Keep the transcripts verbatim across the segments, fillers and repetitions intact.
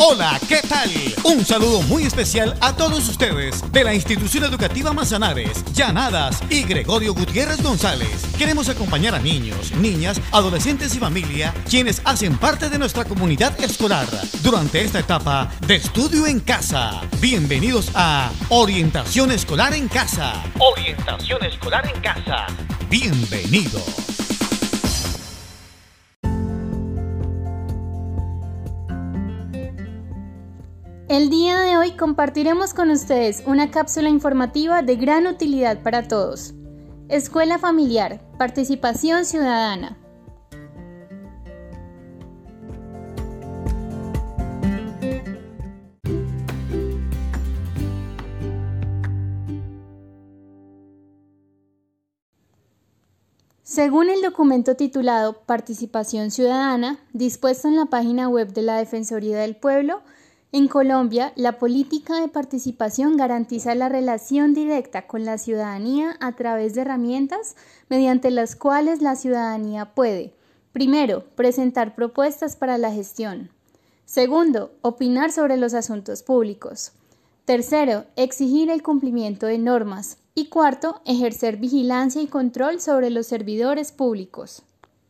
Hola, ¿qué tal? Un saludo muy especial a todos ustedes de la Institución Educativa Manzanares, Llanadas y Gregorio Gutiérrez González. Queremos acompañar a niños, niñas, adolescentes y familia, quienes hacen parte de nuestra comunidad escolar durante esta etapa de estudio en casa. Bienvenidos a Orientación Escolar en Casa. Orientación Escolar en Casa. Bienvenidos. El día de hoy compartiremos con ustedes una cápsula informativa de gran utilidad para todos. Escuela familiar, participación ciudadana. Según el documento titulado Participación Ciudadana, dispuesto en la página web de la Defensoría del Pueblo, en Colombia, la política de participación garantiza la relación directa con la ciudadanía a través de herramientas mediante las cuales la ciudadanía puede, primero, presentar propuestas para la gestión. Segundo, opinar sobre los asuntos públicos. Tercero, exigir el cumplimiento de normas. Y cuarto, ejercer vigilancia y control sobre los servidores públicos.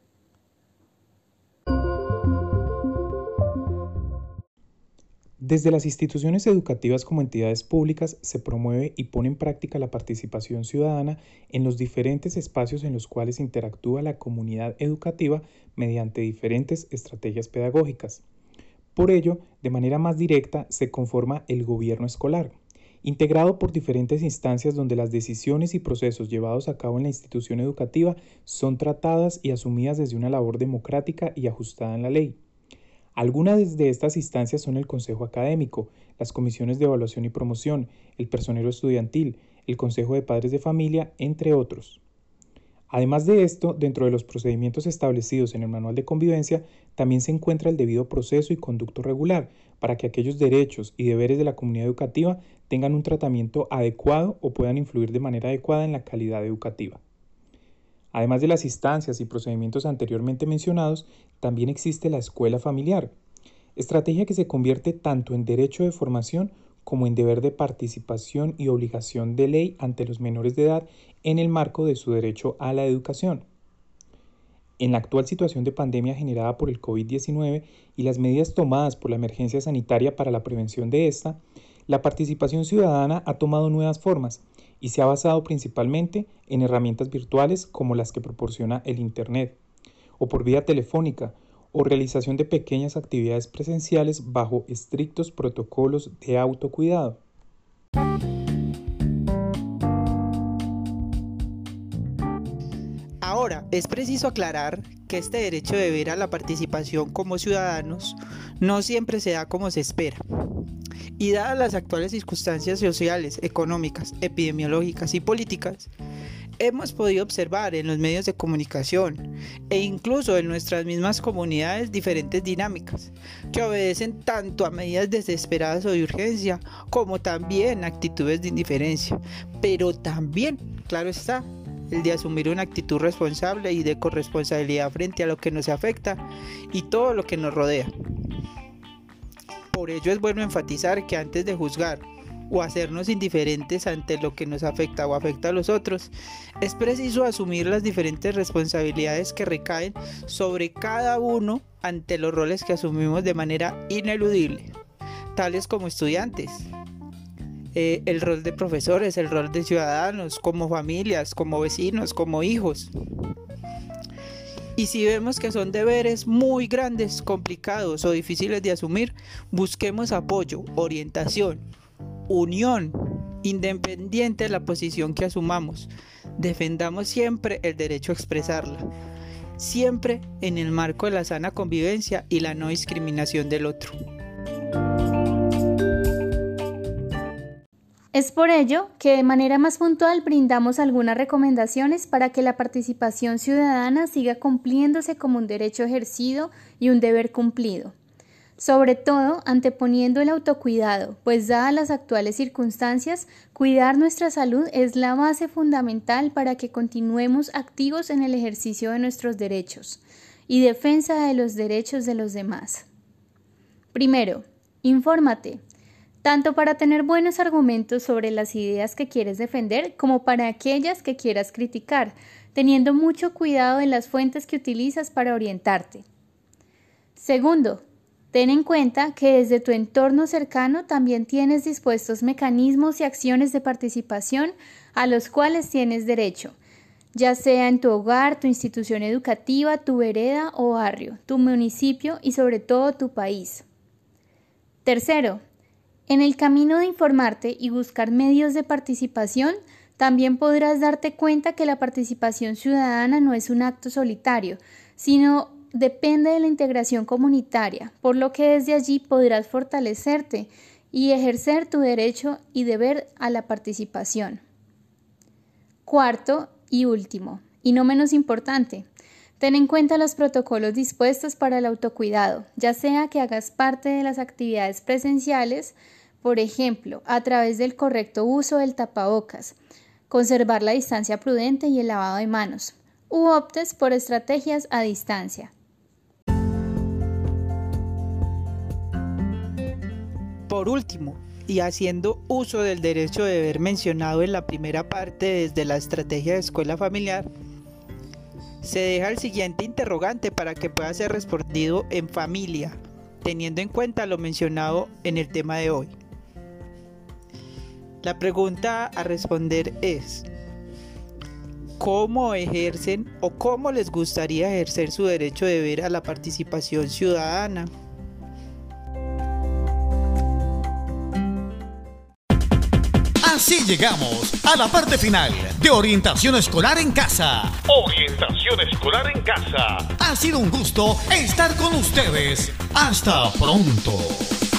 Desde las instituciones educativas como entidades públicas se promueve y pone en práctica la participación ciudadana en los diferentes espacios en los cuales interactúa la comunidad educativa mediante diferentes estrategias pedagógicas. Por ello, de manera más directa, se conforma el gobierno escolar, integrado por diferentes instancias donde las decisiones y procesos llevados a cabo en la institución educativa son tratadas y asumidas desde una labor democrática y ajustada en la ley. Algunas de estas instancias son el Consejo Académico, las comisiones de evaluación y promoción, el personero estudiantil, el Consejo de Padres de Familia, entre otros. Además de esto, dentro de los procedimientos establecidos en el Manual de Convivencia, también se encuentra el debido proceso y conducto regular para que aquellos derechos y deberes de la comunidad educativa tengan un tratamiento adecuado o puedan influir de manera adecuada en la calidad educativa. Además de las instancias y procedimientos anteriormente mencionados, también existe la escuela familiar, estrategia que se convierte tanto en derecho de formación como en deber de participación y obligación de ley ante los menores de edad en el marco de su derecho a la educación. En la actual situación de pandemia generada por el COVID diecinueve y las medidas tomadas por la emergencia sanitaria para la prevención de esta, la participación ciudadana ha tomado nuevas formas y se ha basado principalmente en herramientas virtuales como las que proporciona el Internet, o por vía telefónica, o realización de pequeñas actividades presenciales bajo estrictos protocolos de autocuidado. Ahora, es preciso aclarar que este derecho de ver a la participación como ciudadanos no siempre se da como se espera. Y dadas las actuales circunstancias sociales, económicas, epidemiológicas y políticas, hemos podido observar en los medios de comunicación e incluso en nuestras mismas comunidades diferentes dinámicas que obedecen tanto a medidas desesperadas o de urgencia como también actitudes de indiferencia, pero también, claro está, el de asumir una actitud responsable y de corresponsabilidad frente a lo que nos afecta y todo lo que nos rodea. Por ello es bueno enfatizar que antes de juzgar o hacernos indiferentes ante lo que nos afecta o afecta a los otros, es preciso asumir las diferentes responsabilidades que recaen sobre cada uno ante los roles que asumimos de manera ineludible, tales como estudiantes, eh, el rol de profesores, el rol de ciudadanos, como familias, como vecinos, como hijos. Y si vemos que son deberes muy grandes, complicados o difíciles de asumir, busquemos apoyo, orientación, unión, independiente de la posición que asumamos. Defendamos siempre el derecho a expresarla, siempre en el marco de la sana convivencia y la no discriminación del otro. Es por ello que de manera más puntual brindamos algunas recomendaciones para que la participación ciudadana siga cumpliéndose como un derecho ejercido y un deber cumplido. Sobre todo anteponiendo el autocuidado, pues dadas las actuales circunstancias, cuidar nuestra salud es la base fundamental para que continuemos activos en el ejercicio de nuestros derechos y defensa de los derechos de los demás. Primero, Infórmate, tanto para tener buenos argumentos sobre las ideas que quieres defender como para aquellas que quieras criticar, teniendo mucho cuidado en las fuentes que utilizas para orientarte. Segundo, ten en cuenta que desde tu entorno cercano también tienes dispuestos mecanismos y acciones de participación a los cuales tienes derecho, ya sea en tu hogar, tu institución educativa, tu vereda o barrio, tu municipio y sobre todo tu país. Tercero, en el camino de informarte y buscar medios de participación, también podrás darte cuenta que la participación ciudadana no es un acto solitario, sino depende de la integración comunitaria, por lo que desde allí podrás fortalecerte y ejercer tu derecho y deber a la participación. Cuarto y último, y no menos importante, ten en cuenta los protocolos dispuestos para el autocuidado, ya sea que hagas parte de las actividades presenciales, por ejemplo, a través del correcto uso del tapabocas, conservar la distancia prudente y el lavado de manos, u optes por estrategias a distancia. Por último, y haciendo uso del derecho de deber mencionado en la primera parte desde la estrategia de escuela familiar, se deja el siguiente interrogante para que pueda ser respondido en familia, teniendo en cuenta lo mencionado en el tema de hoy. La pregunta a responder es: ¿cómo ejercen o cómo les gustaría ejercer su derecho de deber a la participación ciudadana? Así llegamos a la parte final de Orientación Escolar en Casa. Orientación Escolar en Casa. Ha sido un gusto estar con ustedes. Hasta pronto.